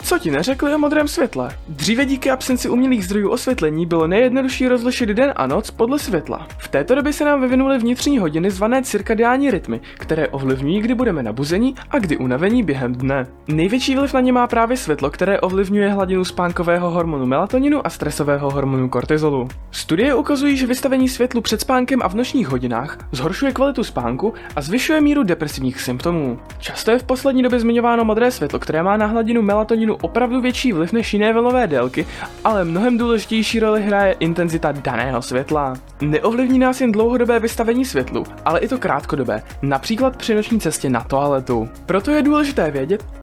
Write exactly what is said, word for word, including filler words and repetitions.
Co ti neřekli o modrém světle? Dříve díky absenci umělých zdrojů osvětlení bylo nejjednodušší rozlišit den a noc podle světla. V této době se nám vyvinuly vnitřní hodiny zvané cirkadiální rytmy, které ovlivňují, kdy budeme nabuzení a kdy unavení během dne. Největší vliv na ně má právě světlo, které ovlivňuje hladinu spánkového hormonu melatoninu a stresového hormonu kortizolu. Studie ukazují, že vystavení světlu před spánkem a v nočních hodinách zhoršuje kvalitu spánku a zvyšuje míru depresivních symptomů. Často je v poslední době zmiňováno modré světlo, které má na hladinu melatoninu opravdu větší vliv než jiné vlnové délky, ale mnohem důležitější roli hraje intenzita daného světla. Neovlivní nás jen dlouhodobé vystavení světlu, ale i to krátkodobé, například při noční cestě na toaletu. Proto je důležité vědět,